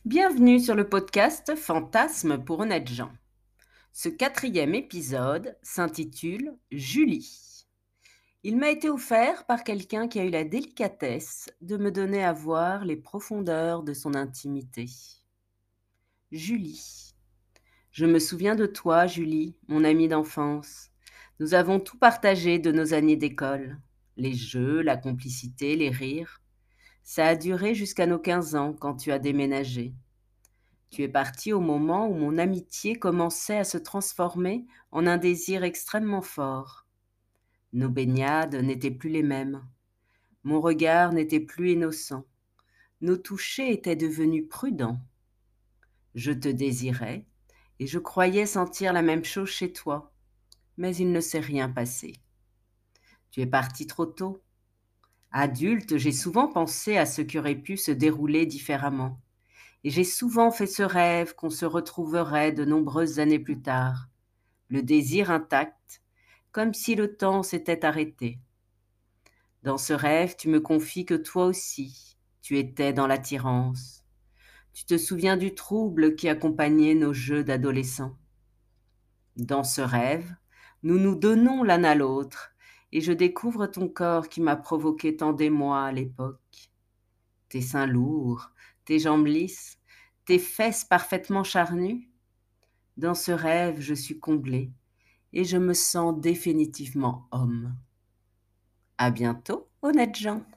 Bienvenue sur le podcast Fantasmes pour honnêtes gens. Ce quatrième épisode s'intitule Julie. Il m'a été offert par quelqu'un qui a eu la délicatesse de me donner à voir les profondeurs de son intimité. Julie. Je me souviens de toi, Julie, mon amie d'enfance. Nous avons tout partagé de nos années d'école. Les jeux, la complicité, les rires. Ça a duré jusqu'à nos 15 ans quand tu as déménagé. Tu es parti au moment où mon amitié commençait à se transformer en un désir extrêmement fort. Nos baignades n'étaient plus les mêmes. Mon regard n'était plus innocent. Nos touchés étaient devenus prudents. Je te désirais et je croyais sentir la même chose chez toi, mais il ne s'est rien passé. Tu es parti trop tôt. Adulte, j'ai souvent pensé à ce qui aurait pu se dérouler différemment. Et j'ai souvent fait ce rêve qu'on se retrouverait de nombreuses années plus tard, le désir intact, comme si le temps s'était arrêté. Dans ce rêve, tu me confies que toi aussi, tu étais dans l'attirance. Tu te souviens du trouble qui accompagnait nos jeux d'adolescents. Dans ce rêve, nous nous donnons l'un à l'autre, et je découvre ton corps qui m'a provoqué tant d'émoi à l'époque. Tes seins lourds, tes jambes lisses, tes fesses parfaitement charnues. Dans ce rêve, je suis comblée et je me sens définitivement homme. À bientôt, honnêtes gens.